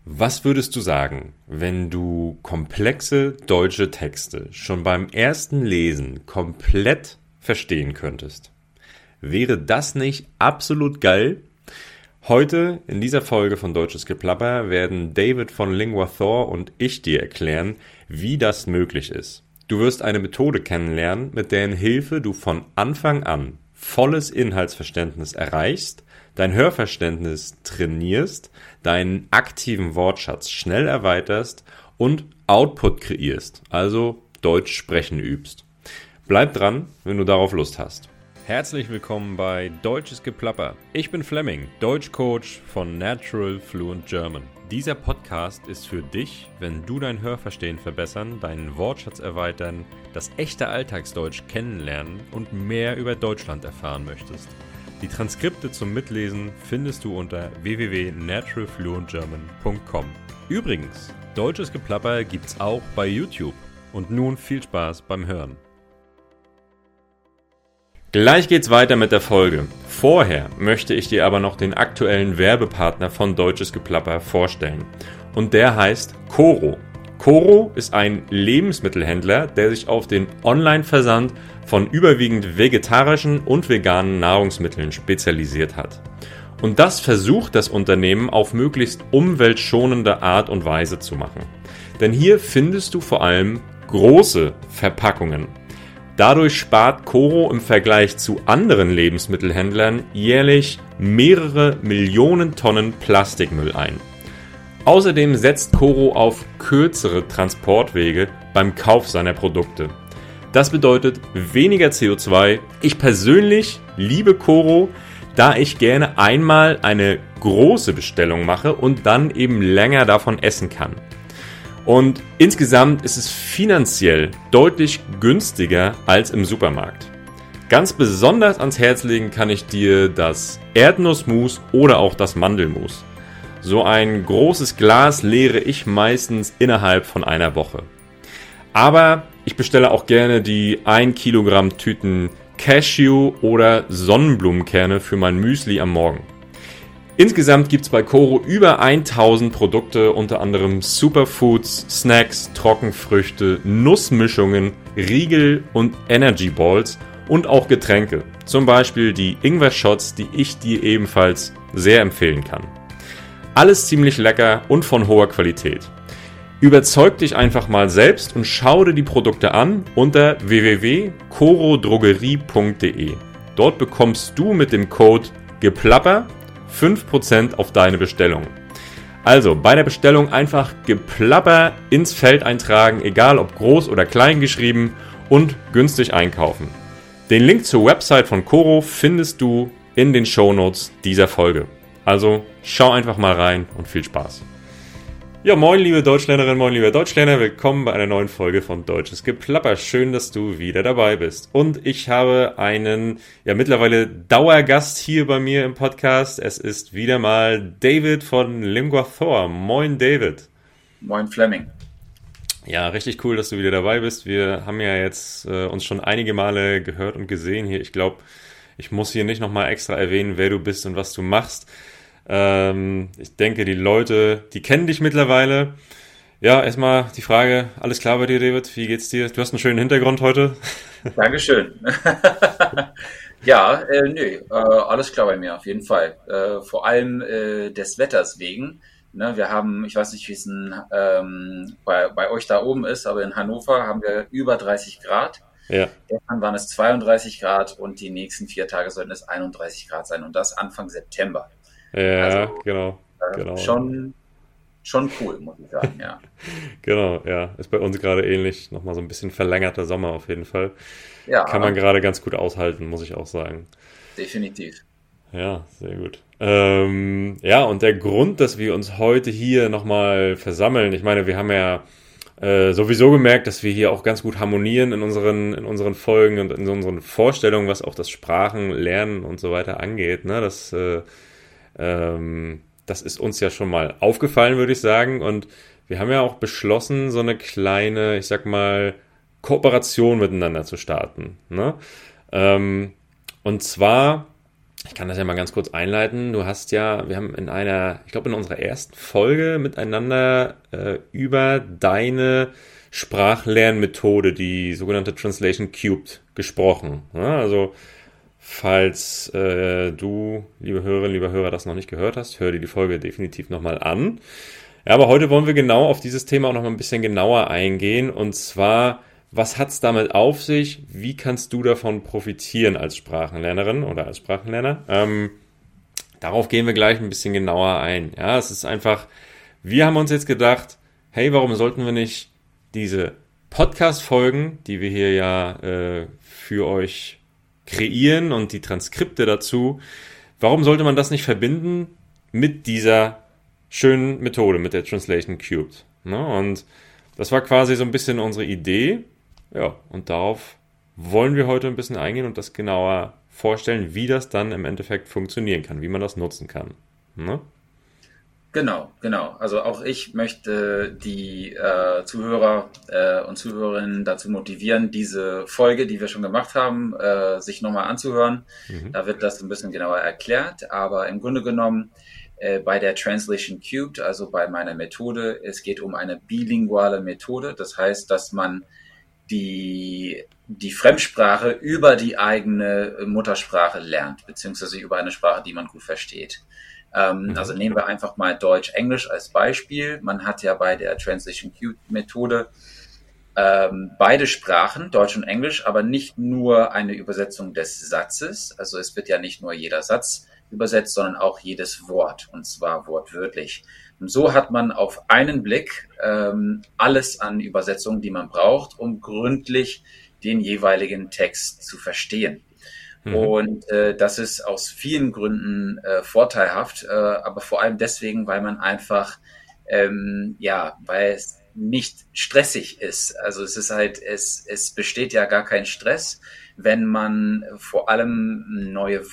Was würdest du sagen, wenn du komplexe deutsche Texte schon beim ersten Lesen komplett verstehen könntest? Wäre das nicht absolut geil? Heute in dieser Folge von Deutsches Geplapper werden David von Linguathor und ich dir erklären, wie das möglich ist. Du wirst eine Methode kennenlernen, mit deren Hilfe du von Anfang an volles Inhaltsverständnis erreichst, dein Hörverständnis trainierst, deinen aktiven Wortschatz schnell erweiterst und Output kreierst, also Deutsch sprechen übst. Bleib dran, wenn du darauf Lust hast. Herzlich willkommen bei Deutsches Geplapper. Ich bin Flemming, Deutschcoach von Natural Fluent German. Dieser Podcast ist für dich, wenn du dein Hörverstehen verbessern, deinen Wortschatz erweitern, das echte Alltagsdeutsch kennenlernen und mehr über Deutschland erfahren möchtest. Die Transkripte zum Mitlesen findest du unter www.naturalfluentgerman.com. Übrigens, Deutsches Geplapper gibt's auch bei YouTube. Und nun viel Spaß beim Hören. Gleich geht's weiter mit der Folge. Vorher möchte ich dir aber noch den aktuellen Werbepartner von Deutsches Geplapper vorstellen. Und der heißt Coro. Coro ist ein Lebensmittelhändler, der sich auf den Online-Versand von überwiegend vegetarischen und veganen Nahrungsmitteln spezialisiert hat. Und das versucht das Unternehmen auf möglichst umweltschonende Art und Weise zu machen. Denn hier findest du vor allem große Verpackungen. Dadurch spart Coro im Vergleich zu anderen Lebensmittelhändlern jährlich mehrere Millionen Tonnen Plastikmüll ein. Außerdem setzt Coro auf kürzere Transportwege beim Kauf seiner Produkte. Das bedeutet weniger CO2. Ich persönlich liebe Coro, da ich gerne einmal eine große Bestellung mache und dann eben länger davon essen kann. Und insgesamt ist es finanziell deutlich günstiger als im Supermarkt. Ganz besonders ans Herz legen kann ich dir das Erdnussmus oder auch das Mandelmus. So ein großes Glas leere ich meistens innerhalb von einer Woche. Aber ich bestelle auch gerne die 1 Kilogramm Tüten Cashew- oder Sonnenblumenkerne für mein Müsli am Morgen. Insgesamt gibt es bei Coro über 1000 Produkte, unter anderem Superfoods, Snacks, Trockenfrüchte, Nussmischungen, Riegel und Energy Balls und auch Getränke. Zum Beispiel die Ingwer-Shots, die ich dir ebenfalls sehr empfehlen kann. Alles ziemlich lecker und von hoher Qualität. Überzeug dich einfach mal selbst und schau dir die Produkte an unter www.corodrogerie.de. Dort bekommst du mit dem Code GEPLAPPER 5% auf deine Bestellung. Also bei der Bestellung einfach GEPLAPPER ins Feld eintragen, egal ob groß oder klein geschrieben, und günstig einkaufen. Den Link zur Website von Coro findest du in den Shownotes dieser Folge. Also schau einfach mal rein und viel Spaß. Ja, moin liebe Deutschlernerinnen, moin lieber Deutschlerner, willkommen bei einer neuen Folge von Deutsches Geplapper. Schön, dass du wieder dabei bist. Und ich habe einen, mittlerweile Dauergast hier bei mir im Podcast. Es ist wieder mal David von Linguathor. Moin David. Moin Flemming. Ja, richtig cool, dass du wieder dabei bist. Wir haben ja jetzt uns schon einige Male gehört und gesehen hier. Ich glaube, ich muss hier nicht nochmal extra erwähnen, wer du bist und was du machst. Ich denke, die Leute, die kennen dich mittlerweile. Ja, erstmal die Frage, alles klar bei dir, David? Wie geht's dir? Du hast einen schönen Hintergrund heute. Dankeschön. Ja, alles klar bei mir, auf jeden Fall. Vor allem des Wetters wegen. Ne, wir haben, ich weiß nicht, wie es bei euch da oben ist, aber in Hannover haben wir über 30 Grad. Ja. Gestern waren es 32 Grad und die nächsten 4 Tage sollten es 31 Grad sein und das Anfang September. Ja, also, genau. Schon cool, muss ich sagen, ja. Genau, ja. Ist bei uns gerade ähnlich. Nochmal so ein bisschen verlängerter Sommer auf jeden Fall. Ja. Kann man gerade ganz gut aushalten, muss ich auch sagen. Definitiv. Ja, sehr gut. Und der Grund, dass wir uns heute hier nochmal versammeln, ich meine, wir haben ja sowieso gemerkt, dass wir hier auch ganz gut harmonieren in unseren Folgen und in unseren Vorstellungen, was auch das Sprachenlernen und so weiter angeht. Ne? Das ist uns ja schon mal aufgefallen, würde ich sagen. Und wir haben ja auch beschlossen, so eine kleine, ich sag mal, Kooperation miteinander zu starten. Ne? Und zwar Ich kann das ja mal ganz kurz einleiten. Wir haben ich glaube in unserer ersten Folge miteinander über deine Sprachlernmethode, die sogenannte Translation Cubed, gesprochen. Ja, also falls du, liebe Hörerinnen, lieber Hörer, das noch nicht gehört hast, hör dir die Folge definitiv nochmal an. Ja, aber heute wollen wir genau auf dieses Thema auch noch mal ein bisschen genauer eingehen. Und zwar, was hat's damit auf sich? Wie kannst du davon profitieren als Sprachenlernerin oder als Sprachenlerner? Darauf gehen wir gleich ein bisschen genauer ein. Ja, es ist einfach, wir haben uns jetzt gedacht, hey, warum sollten wir nicht diese Podcast-Folgen, die wir hier ja für euch kreieren und die Transkripte dazu, warum sollte man das nicht verbinden mit dieser schönen Methode, mit der Translation Cubed? Ne? Und das war quasi so ein bisschen unsere Idee. Ja, und darauf wollen wir heute ein bisschen eingehen und das genauer vorstellen, wie das dann im Endeffekt funktionieren kann, wie man das nutzen kann. Ne? Genau, genau. Also auch ich möchte die Zuhörer und Zuhörerinnen dazu motivieren, diese Folge, die wir schon gemacht haben, sich nochmal anzuhören. Da wird das ein bisschen genauer erklärt, aber im Grunde genommen bei der Translation Cubed, also bei meiner Methode, es geht um eine bilinguale Methode. Das heißt, dass man die Fremdsprache über die eigene Muttersprache lernt, beziehungsweise über eine Sprache, die man gut versteht. Also nehmen wir einfach mal Deutsch-Englisch als Beispiel. Man hat ja bei der Translation Cubed Methode beide Sprachen, Deutsch und Englisch, aber nicht nur eine Übersetzung des Satzes. Also es wird ja nicht nur jeder Satz übersetzt, sondern auch jedes Wort, und zwar wortwörtlich. Und so hat man auf einen Blick alles an Übersetzungen, die man braucht, um gründlich den jeweiligen Text zu verstehen. Und das ist aus vielen Gründen vorteilhaft, aber vor allem deswegen, weil man einfach, weil es nicht stressig ist. Also es ist halt, es besteht ja gar kein Stress, wenn man vor allem neuen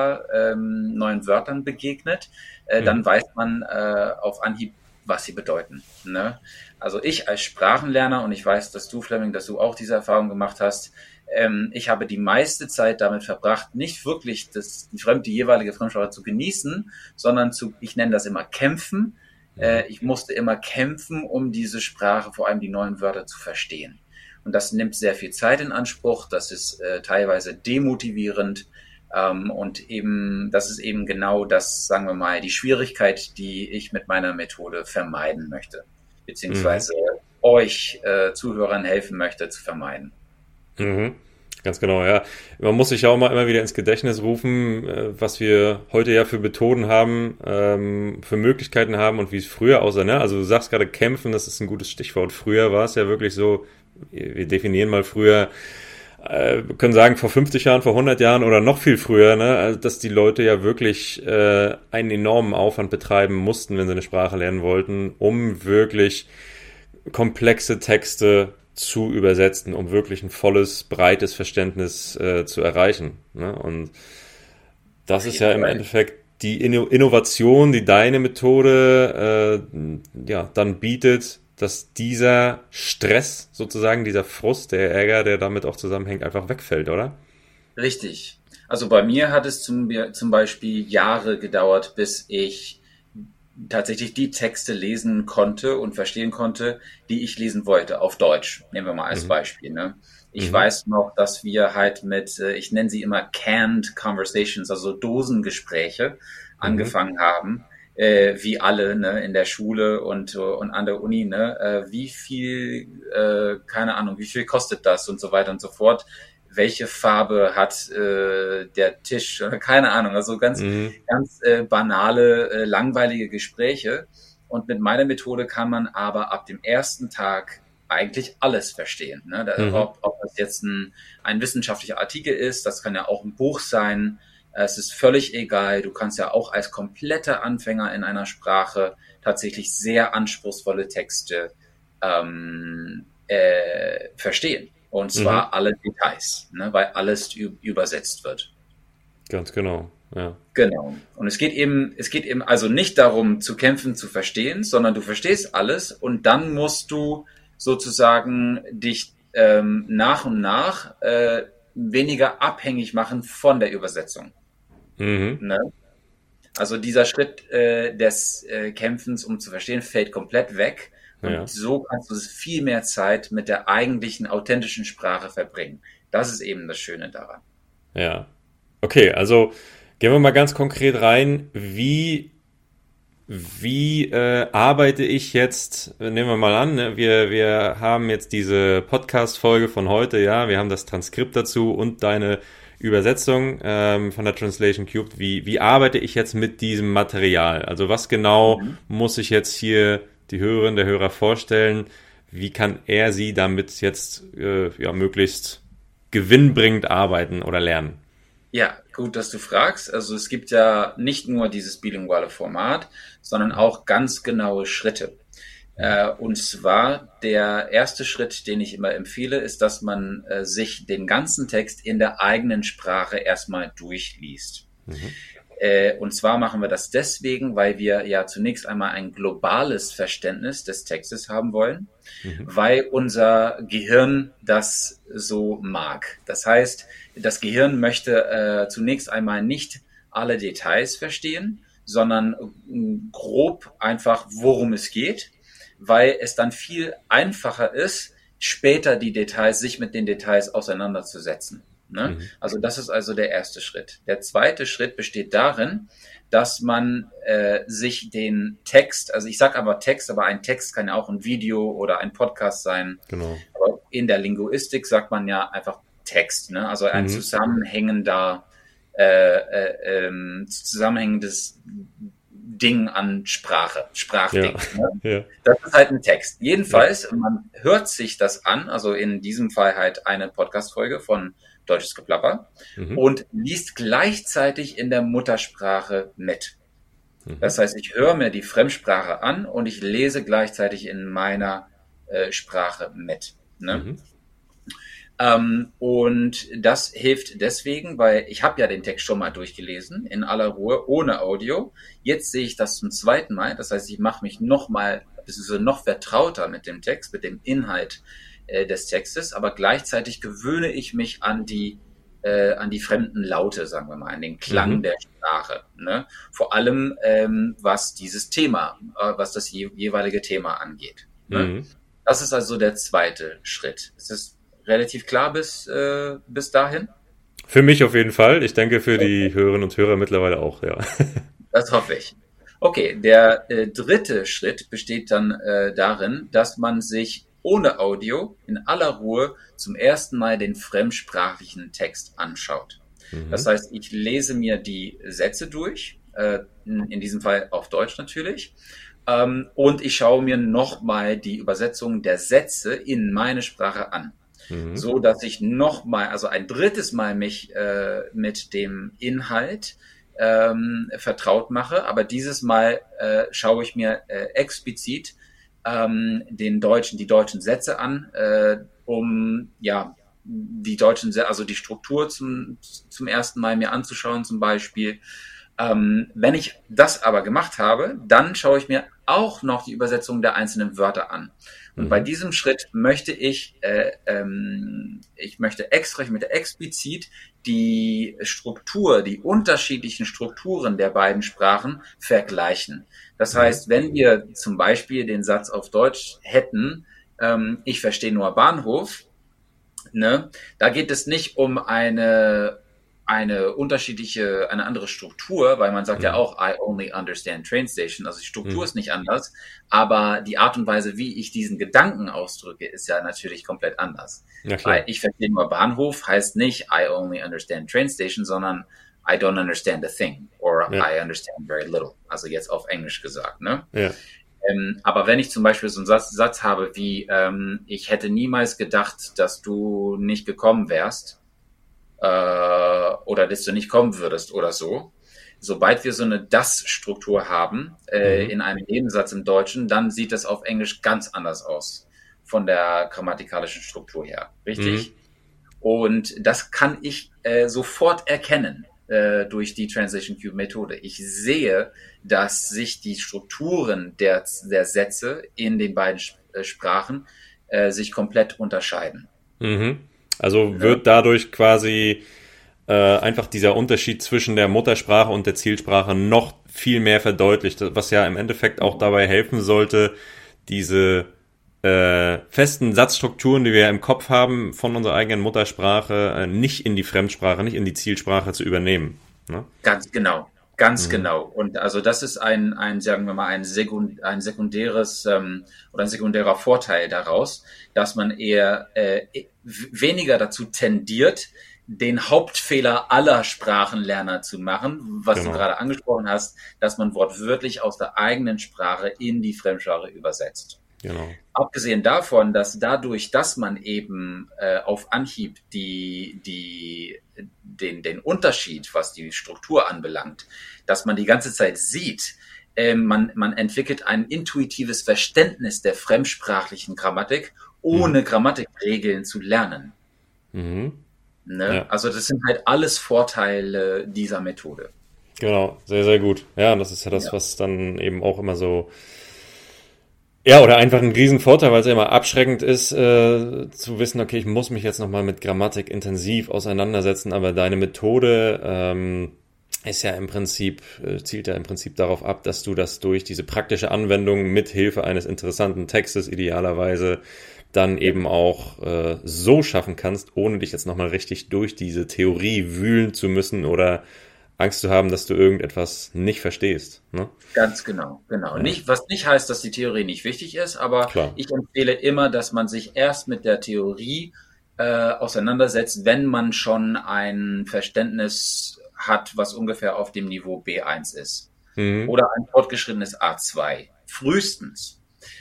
Wörtern begegnet, dann weiß man auf Anhieb, was sie bedeuten. Ne? Also ich als Sprachenlerner, und ich weiß, dass du, Flemming, dass du auch diese Erfahrung gemacht hast, ich habe die meiste Zeit damit verbracht, nicht wirklich die jeweilige Fremdsprache zu genießen, sondern ich nenne das immer kämpfen. Ich musste immer kämpfen, um diese Sprache, vor allem die neuen Wörter, zu verstehen. Und das nimmt sehr viel Zeit in Anspruch, das ist teilweise demotivierend. Und eben, das ist eben genau das, sagen wir mal, die Schwierigkeit, die ich mit meiner Methode vermeiden möchte, beziehungsweise euch Zuhörern helfen möchte zu vermeiden. Ganz genau, ja. Man muss sich ja auch mal immer wieder ins Gedächtnis rufen, was wir heute ja für Methoden haben, für Möglichkeiten haben und wie es früher aussah. Ne? Also du sagst gerade kämpfen, das ist ein gutes Stichwort. Früher war es ja wirklich so, wir definieren mal früher, wir können sagen vor 50 Jahren, vor 100 Jahren oder noch viel früher, ne? Also, dass die Leute ja wirklich einen enormen Aufwand betreiben mussten, wenn sie eine Sprache lernen wollten, um wirklich komplexe Texte zu übersetzen, um wirklich ein volles, breites Verständnis zu erreichen. Ne? Und das ist ja im Endeffekt die Innovation, die deine Methode dann bietet, dass dieser Stress sozusagen, dieser Frust, der Ärger, der damit auch zusammenhängt, einfach wegfällt, oder? Richtig. Also bei mir hat es zum Beispiel Jahre gedauert, bis ich tatsächlich die Texte lesen konnte und verstehen konnte, die ich lesen wollte, auf Deutsch. Nehmen wir mal als Beispiel. Ne? Ich weiß noch, dass wir halt ich nenne sie immer canned conversations, also Dosengespräche, angefangen haben, wie alle, ne, in der Schule und an der Uni, ne, wie viel, keine Ahnung, wie viel kostet das und so weiter und so fort. Welche Farbe hat der Tisch? Keine Ahnung, also ganz banale, langweilige Gespräche. Und mit meiner Methode kann man aber ab dem ersten Tag eigentlich alles verstehen. Ne? Ob das jetzt ein wissenschaftlicher Artikel ist, das kann ja auch ein Buch sein. Es ist völlig egal. Du kannst ja auch als kompletter Anfänger in einer Sprache tatsächlich sehr anspruchsvolle Texte verstehen. Und zwar alle Details, ne, weil alles übersetzt wird. Ganz genau, ja. Genau. Und es geht eben also nicht darum zu kämpfen, zu verstehen, sondern du verstehst alles und dann musst du sozusagen dich nach und nach weniger abhängig machen von der Übersetzung. Mhm. Ne? Also dieser Schritt des Kämpfens, um zu verstehen, fällt komplett weg. Und Ja. so kannst du viel mehr Zeit mit der eigentlichen, authentischen Sprache verbringen. Das ist eben das Schöne daran. Ja. Okay, also gehen wir mal ganz konkret rein. Wie arbeite ich jetzt, nehmen wir mal an, ne? Wir haben jetzt diese Podcast-Folge von heute, ja, wir haben das Transkript dazu und deine Übersetzung von der Translation Cubed. Wie arbeite ich jetzt mit diesem Material? Also was genau Mhm. muss ich jetzt hier die Hörerin, der Hörer vorstellen? Wie kann er sie damit jetzt ja, möglichst gewinnbringend arbeiten oder lernen? Ja, gut, dass du fragst. Also es gibt ja nicht nur dieses bilinguale Format, sondern auch ganz genaue Schritte. Und zwar der erste Schritt, den ich immer empfehle, ist, dass man sich den ganzen Text in der eigenen Sprache erstmal durchliest. Mhm. Und zwar machen wir das deswegen, weil wir ja zunächst einmal ein globales Verständnis des Textes haben wollen, Mhm. weil unser Gehirn das so mag. Das heißt, das Gehirn möchte zunächst einmal nicht alle Details verstehen, sondern grob einfach, worum es geht, weil es dann viel einfacher ist, später die Details, sich mit den Details auseinanderzusetzen. Ne? Mhm. Also das ist also der erste Schritt. Der zweite Schritt besteht darin, dass man sich den Text, also ich sage aber Text, aber ein Text kann ja auch ein Video oder ein Podcast sein. Genau. Aber in der Linguistik sagt man ja einfach Text, ne? Also ein Mhm. zusammenhängender, zusammenhängendes Ding an Sprache, Ja. Sprachding. Ne? Ja. Das ist halt ein Text. Ja. Jedenfalls, man hört sich das an, also in diesem Fall halt eine Podcast-Folge von Deutsches Geplapper Mhm. und liest gleichzeitig in der Muttersprache mit. Mhm. Das heißt, ich höre mir die Fremdsprache an und ich lese gleichzeitig in meiner Sprache mit. Ne? Mhm. Und das hilft deswegen, weil ich habe ja den Text schon mal durchgelesen, in aller Ruhe, ohne Audio. Jetzt sehe ich das zum zweiten Mal. Das heißt, ich mache mich noch mal, beziehungsweise noch vertrauter mit dem Text, mit dem Inhalt des Textes, aber gleichzeitig gewöhne ich mich an die fremden Laute, sagen wir mal, an den Klang Mhm. der Sprache. Ne? Vor allem, was dieses Thema, was das jeweilige Thema angeht. Ne? Mhm. Das ist also der zweite Schritt. Ist das relativ klar bis dahin? Für mich auf jeden Fall. Ich denke für die Hörerinnen und Hörer mittlerweile auch, ja. Das hoffe ich. Okay, der dritte Schritt besteht dann darin, dass man sich ohne Audio in aller Ruhe zum ersten Mal den fremdsprachlichen Text anschaut. Das Mhm. heißt, ich lese mir die Sätze durch, in diesem Fall auf Deutsch natürlich, und ich schaue mir nochmal die Übersetzung der Sätze in meine Sprache an. Mhm. So dass ich nochmal, also ein drittes Mal mich mit dem Inhalt vertraut mache, aber dieses Mal schaue ich mir explizit die deutschen Sätze an, um ja also die Struktur zum ersten Mal mir anzuschauen zum Beispiel. Wenn ich das aber gemacht habe, dann schaue ich mir auch noch die Übersetzung der einzelnen Wörter an. Und bei Mhm. diesem Schritt möchte ich möchte explizit die Struktur, die unterschiedlichen Strukturen der beiden Sprachen vergleichen. Das Mhm. heißt, wenn wir zum Beispiel den Satz auf Deutsch hätten, ich verstehe nur Bahnhof, ne, da geht es nicht um eine andere Struktur, weil man sagt ja Mhm. auch, I only understand train station. Also die Struktur Mhm. ist nicht anders, aber die Art und Weise, wie ich diesen Gedanken ausdrücke, ist ja natürlich komplett anders. Ja, Weil klar. ich verstehe nur Bahnhof heißt nicht I only understand train station, sondern I don't understand a thing or Ja. I understand very little. Also jetzt auf Englisch gesagt, ne? Ja. Aber wenn ich zum Beispiel so einen Satz habe wie, ich hätte niemals gedacht, dass du nicht gekommen wärst, oder dass du nicht kommen würdest oder so. Sobald wir so eine Das-Struktur haben Mhm. in einem Nebensatz im Deutschen, dann sieht das auf Englisch ganz anders aus von der grammatikalischen Struktur her. Mhm. Richtig? Und das kann ich sofort erkennen durch die Translation Cube Methode. Ich sehe, dass sich die Strukturen der Sätze in den beiden Sprachen sich komplett unterscheiden. Mhm. Also Ne? wird dadurch quasi einfach dieser Unterschied zwischen der Muttersprache und der Zielsprache noch viel mehr verdeutlicht, was ja im Endeffekt auch dabei helfen sollte, diese festen Satzstrukturen, die wir im Kopf haben, von unserer eigenen Muttersprache nicht in die Fremdsprache, nicht in die Zielsprache zu übernehmen. Ne? Ganz genau. Ganz genau. Und also das ist sagen wir mal, ein sekundäres oder ein sekundärer Vorteil daraus, dass man eher weniger dazu tendiert, den Hauptfehler aller Sprachenlerner zu machen, was du gerade angesprochen hast, dass man wortwörtlich aus der eigenen Sprache in die Fremdsprache übersetzt. Genau. Abgesehen davon, dass dadurch, dass man eben auf Anhieb den Unterschied, was die Struktur anbelangt, dass man die ganze Zeit sieht, man entwickelt ein intuitives Verständnis der fremdsprachlichen Grammatik, ohne Grammatikregeln zu lernen. Ne? Ja. Also das sind halt alles Vorteile dieser Methode. Genau, sehr, sehr gut. Ja, und das ist ja das, was dann eben auch immer so oder einfach ein Riesenvorteil, weil es ja immer abschreckend ist, zu wissen, okay, ich muss mich jetzt nochmal mit Grammatik intensiv auseinandersetzen, aber deine Methode ist ja im Prinzip, zielt ja im Prinzip darauf ab, dass du das durch diese praktische Anwendung mit Hilfe eines interessanten Textes idealerweise dann eben auch so schaffen kannst, ohne dich jetzt nochmal richtig durch diese Theorie wühlen zu müssen oder Angst zu haben, dass du irgendetwas nicht verstehst. Ne? Ganz genau. Ja. Was nicht heißt, dass die Theorie nicht wichtig ist, aber ich empfehle immer, dass man sich erst mit der Theorie auseinandersetzt, wenn man schon ein Verständnis hat, was ungefähr auf dem Niveau B1 ist. Oder ein fortgeschrittenes A2. Frühestens.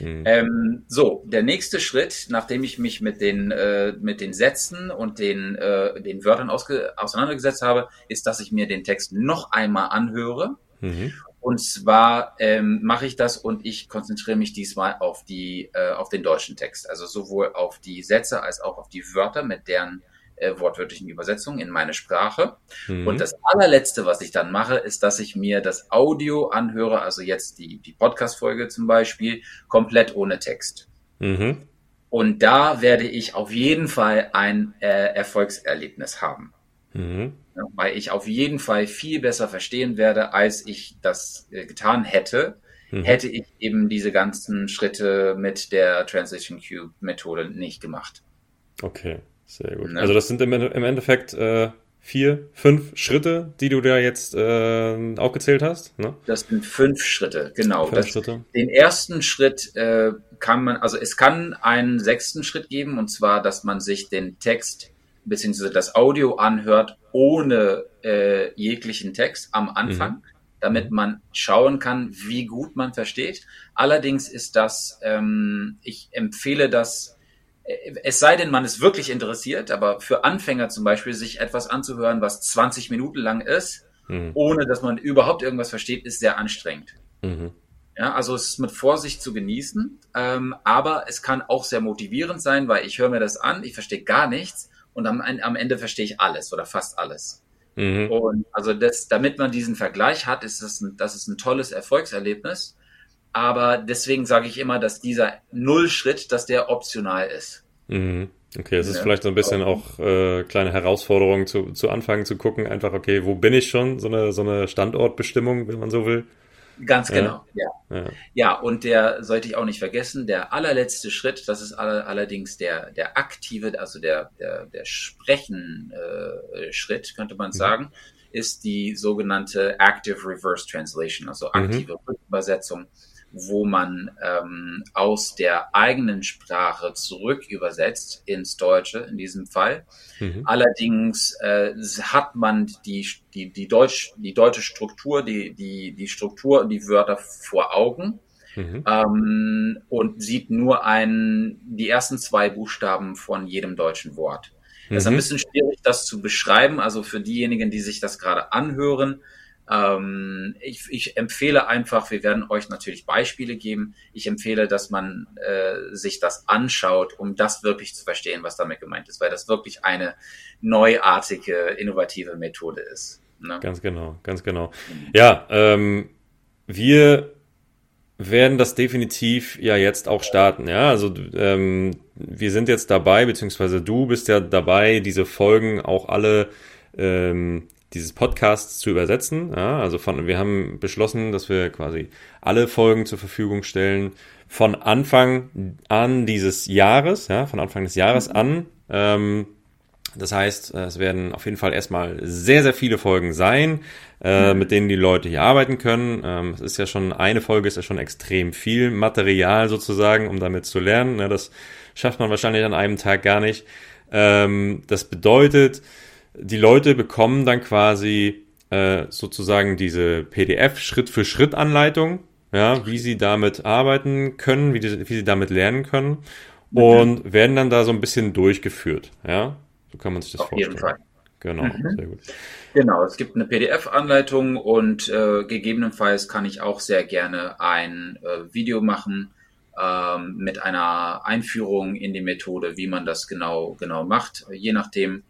Der nächste Schritt, nachdem ich mich mit den Sätzen und den Wörtern auseinandergesetzt habe, ist, dass ich mir den Text noch einmal anhöre. Und zwar mache ich das und ich konzentriere mich diesmal auf den deutschen Text. Also sowohl auf die Sätze als auch auf die Wörter mit deren wortwörtlichen Übersetzungen in meine Sprache. Und das allerletzte, was ich dann mache, ist, dass ich mir das Audio anhöre, also jetzt die Podcast-Folge zum Beispiel, komplett ohne Text. Und da werde ich auf jeden Fall ein Erfolgserlebnis haben. Ja, weil ich auf jeden Fall viel besser verstehen werde, als ich das getan hätte, hätte ich eben diese ganzen Schritte mit der Translation Cube Methode nicht gemacht. Okay. Sehr gut. Also das sind im Endeffekt 4, 5 Schritte, die du da jetzt aufgezählt hast, ne? Das sind 5 Schritte, genau. 5 Schritte. Den ersten Schritt es kann einen 6. Schritt geben, und zwar, dass man sich den Text bzw. das Audio anhört ohne jeglichen Text am Anfang, damit man schauen kann, wie gut man versteht. Allerdings ist das, ich empfehle das, es sei denn, man ist wirklich interessiert, aber für Anfänger zum Beispiel, sich etwas anzuhören, was 20 Minuten lang ist, ohne dass man überhaupt irgendwas versteht, ist sehr anstrengend. Ja, also es ist mit Vorsicht zu genießen, aber es kann auch sehr motivierend sein, weil ich höre mir das an, ich verstehe gar nichts und am Ende verstehe ich alles oder fast alles. Und also damit man diesen Vergleich hat, das ist ein tolles Erfolgserlebnis. Aber deswegen sage ich immer, dass dieser Nullschritt, dass der optional ist. Okay, es ist vielleicht so ein bisschen auch kleine Herausforderung zu Anfangen zu gucken, einfach, okay, wo bin ich schon? So eine Standortbestimmung, wenn man so will. Ganz genau, ja. Und der sollte ich auch nicht vergessen, der allerletzte Schritt, das ist allerdings der aktive, also der Sprechen-Schritt, könnte man sagen, ist die sogenannte Active Reverse Translation, also aktive Rückübersetzung, wo man aus der eigenen Sprache zurück übersetzt ins Deutsche in diesem Fall. Allerdings hat man die deutsche Struktur, die Struktur und die Wörter vor Augen und sieht nur die ersten 2 Buchstaben von jedem deutschen Wort. Das ist ein bisschen schwierig, das zu beschreiben, also für diejenigen, die sich das gerade anhören. Ich empfehle einfach, wir werden euch natürlich Beispiele geben. Ich empfehle, dass man sich das anschaut, um das wirklich zu verstehen, was damit gemeint ist, weil das wirklich eine neuartige, innovative Methode ist. Ne? Ganz genau. Ja, wir werden das definitiv ja jetzt auch starten. Ja, also wir sind jetzt dabei, beziehungsweise du bist ja dabei, diese Folgen auch alle dieses Podcasts zu übersetzen. Ja, also wir haben beschlossen, dass wir quasi alle Folgen zur Verfügung stellen von Anfang an dieses Jahres, ja, von Anfang des Jahres an. Das heißt, es werden auf jeden Fall erstmal sehr, sehr viele Folgen sein, mit denen die Leute hier arbeiten können. Es ist ja schon, eine Folge ist ja schon extrem viel Material sozusagen, um damit zu lernen. Das schafft man wahrscheinlich an einem Tag gar nicht. Das bedeutet, die Leute bekommen dann quasi sozusagen diese PDF-Schritt-für-Schritt-Anleitung, ja, wie sie damit arbeiten können, wie sie damit lernen können und werden dann da so ein bisschen durchgeführt, ja. So kann man sich das vorstellen. Auf jeden Fall. Genau, sehr gut. Genau, es gibt eine PDF-Anleitung und gegebenenfalls kann ich auch sehr gerne ein Video machen mit einer Einführung in die Methode, wie man das genau macht, je nachdem,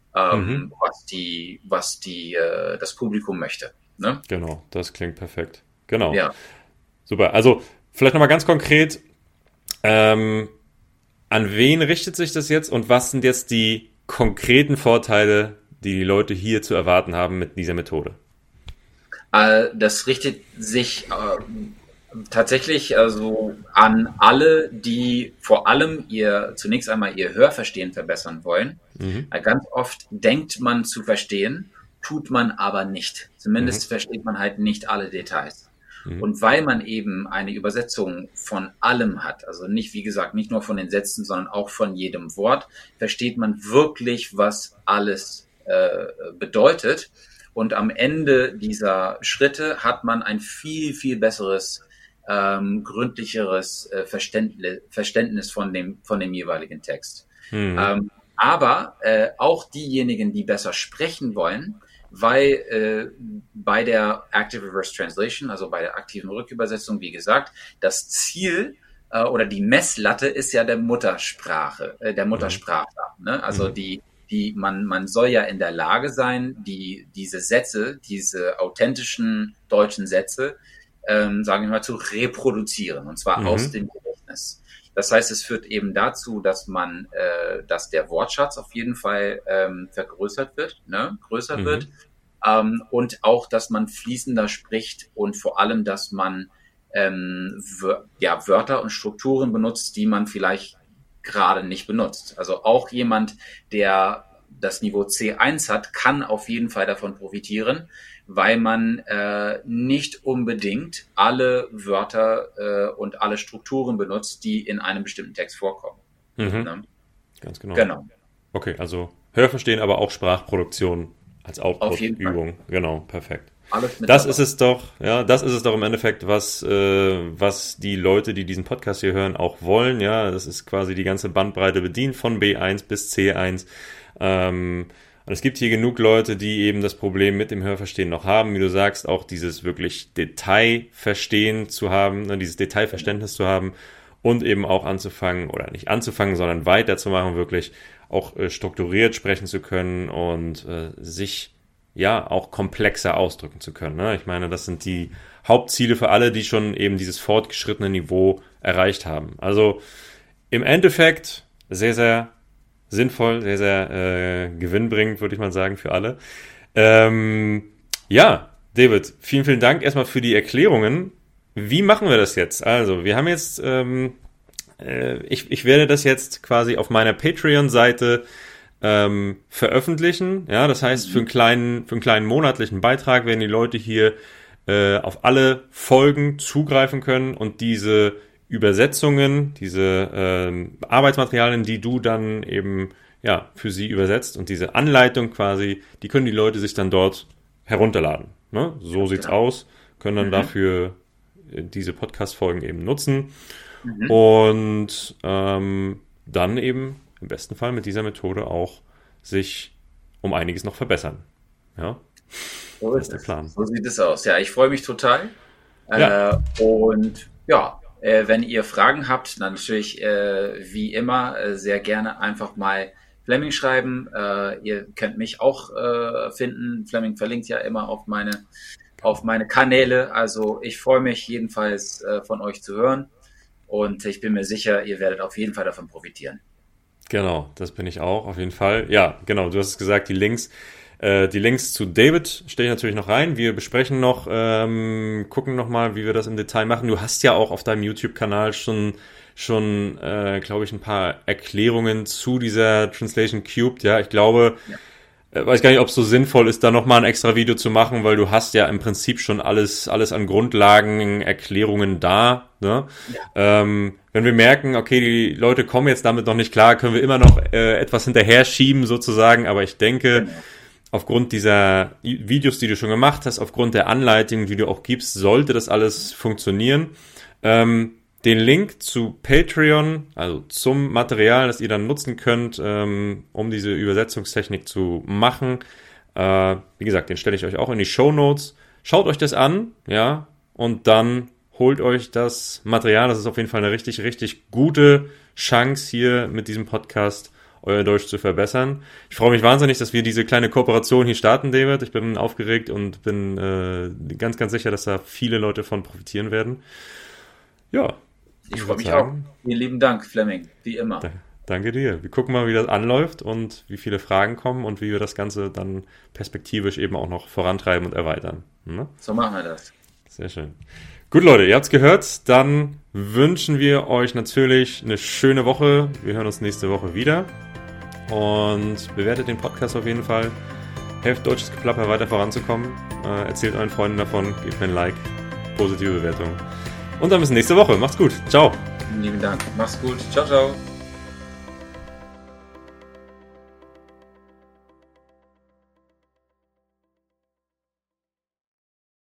was das Publikum möchte. Ne? Genau, das klingt perfekt. Genau. Ja. Super. Also vielleicht nochmal ganz konkret, an wen richtet sich das jetzt und was sind jetzt die konkreten Vorteile, die Leute hier zu erwarten haben mit dieser Methode? Das richtet sich tatsächlich also an alle, die vor allem zunächst einmal ihr Hörverstehen verbessern wollen. Ganz oft denkt man zu verstehen, tut man aber nicht. Zumindest versteht man halt nicht alle Details. Und weil man eben eine Übersetzung von allem hat, also nicht, wie gesagt, nicht nur von den Sätzen, sondern auch von jedem Wort, versteht man wirklich, was alles bedeutet. Und am Ende dieser Schritte hat man ein viel, viel besseres, gründlicheres Verständnis von dem jeweiligen Text. Aber auch diejenigen, die besser sprechen wollen, weil bei der Active Reverse Translation, also bei der aktiven Rückübersetzung, wie gesagt, das Ziel oder die Messlatte ist ja der Muttersprachler. Ne? Also man soll ja in der Lage sein, diese Sätze, diese authentischen deutschen Sätze, sagen wir mal, zu reproduzieren, und zwar aus dem Gedächtnis. Das heißt, es führt eben dazu, dass der Wortschatz auf jeden Fall vergrößert wird, ne? Größer wird, und auch, dass man fließender spricht und vor allem, dass man Wörter und Strukturen benutzt, die man vielleicht gerade nicht benutzt. Also auch jemand, der das Niveau C1 hat, kann auf jeden Fall davon profitieren, weil man nicht unbedingt alle Wörter und alle Strukturen benutzt, die in einem bestimmten Text vorkommen. Ne? Ganz genau. Okay, also Hörverstehen, aber auch Sprachproduktion als Output-Übung. Genau, perfekt. Das ist es doch im Endeffekt, was die Leute, die diesen Podcast hier hören, auch wollen. Ja, das ist quasi die ganze Bandbreite bedient, von B1 bis C1. Und es gibt hier genug Leute, die eben das Problem mit dem Hörverstehen noch haben, wie du sagst, auch dieses wirklich Detailverstehen zu haben, ne, dieses Detailverständnis zu haben und eben auch anzufangen, oder nicht anzufangen, sondern weiterzumachen, wirklich auch strukturiert sprechen zu können und sich ja auch komplexer ausdrücken zu können. Ne? Ich meine, das sind die Hauptziele für alle, die schon eben dieses fortgeschrittene Niveau erreicht haben. Also im Endeffekt sehr, sehr sinnvoll, sehr, sehr gewinnbringend, würde ich mal sagen, für alle. Ja, David, vielen, vielen Dank erstmal für die Erklärungen. Wie machen wir das jetzt? Also, wir haben jetzt, ich werde das jetzt quasi auf meiner Patreon-Seite veröffentlichen. Ja, das heißt, für einen kleinen monatlichen Beitrag werden die Leute hier auf alle Folgen zugreifen können und diese Übersetzungen, diese Arbeitsmaterialien, die du dann eben ja für sie übersetzt und diese Anleitung quasi, die können die Leute sich dann dort herunterladen. Ne? So sieht's aus, können dann dafür diese Podcast-Folgen eben nutzen und dann eben im besten Fall mit dieser Methode auch sich um einiges noch verbessern. Ja, so ist der Plan. So sieht es aus. Ja, ich freue mich total. Ja. Und ja, wenn ihr Fragen habt, dann natürlich wie immer sehr gerne einfach mal Fleming schreiben. Ihr könnt mich auch finden. Fleming verlinkt ja immer auf meine Kanäle. Also ich freue mich jedenfalls von euch zu hören und ich bin mir sicher, ihr werdet auf jeden Fall davon profitieren. Genau, das bin ich auch, auf jeden Fall. Ja, genau, du hast es gesagt, die Links Die Links zu David stelle ich natürlich noch rein. Wir besprechen noch, gucken noch mal, wie wir das im Detail machen. Du hast ja auch auf deinem YouTube-Kanal schon glaube ich, ein paar Erklärungen zu dieser Translation Cubed. Ja, ich glaube, weiß gar nicht, ob es so sinnvoll ist, da nochmal ein extra Video zu machen, weil du hast ja im Prinzip schon alles an Grundlagen, Erklärungen da. Ne? Ja. Wenn wir merken, okay, die Leute kommen jetzt damit noch nicht klar, können wir immer noch etwas hinterher schieben sozusagen, aber ich denke, aufgrund dieser Videos, die du schon gemacht hast, aufgrund der Anleitungen, die du auch gibst, sollte das alles funktionieren. Den Link zu Patreon, also zum Material, das ihr dann nutzen könnt, um diese Übersetzungstechnik zu machen, wie gesagt, den stelle ich euch auch in die Shownotes. Schaut euch das an, ja, und dann holt euch das Material. Das ist auf jeden Fall eine richtig, richtig gute Chance hier mit diesem Podcast euer Deutsch zu verbessern. Ich freue mich wahnsinnig, dass wir diese kleine Kooperation hier starten, David. Ich bin aufgeregt und bin ganz, ganz sicher, dass da viele Leute von profitieren werden. Ja. Ich freue mich auch. Vielen lieben Dank, Flemming, wie immer. Danke dir. Wir gucken mal, wie das anläuft und wie viele Fragen kommen und wie wir das Ganze dann perspektivisch eben auch noch vorantreiben und erweitern. Ne? So machen wir das. Sehr schön. Gut, Leute, ihr habt's gehört. Dann wünschen wir euch natürlich eine schöne Woche. Wir hören uns nächste Woche wieder. Und bewertet den Podcast auf jeden Fall. Helft Deutsches Geplapper weiter voranzukommen. Erzählt euren Freunden davon. Gebt mir ein Like. Positive Bewertung. Und dann bis nächste Woche. Macht's gut. Ciao. Lieben Dank. Mach's gut. Ciao, ciao.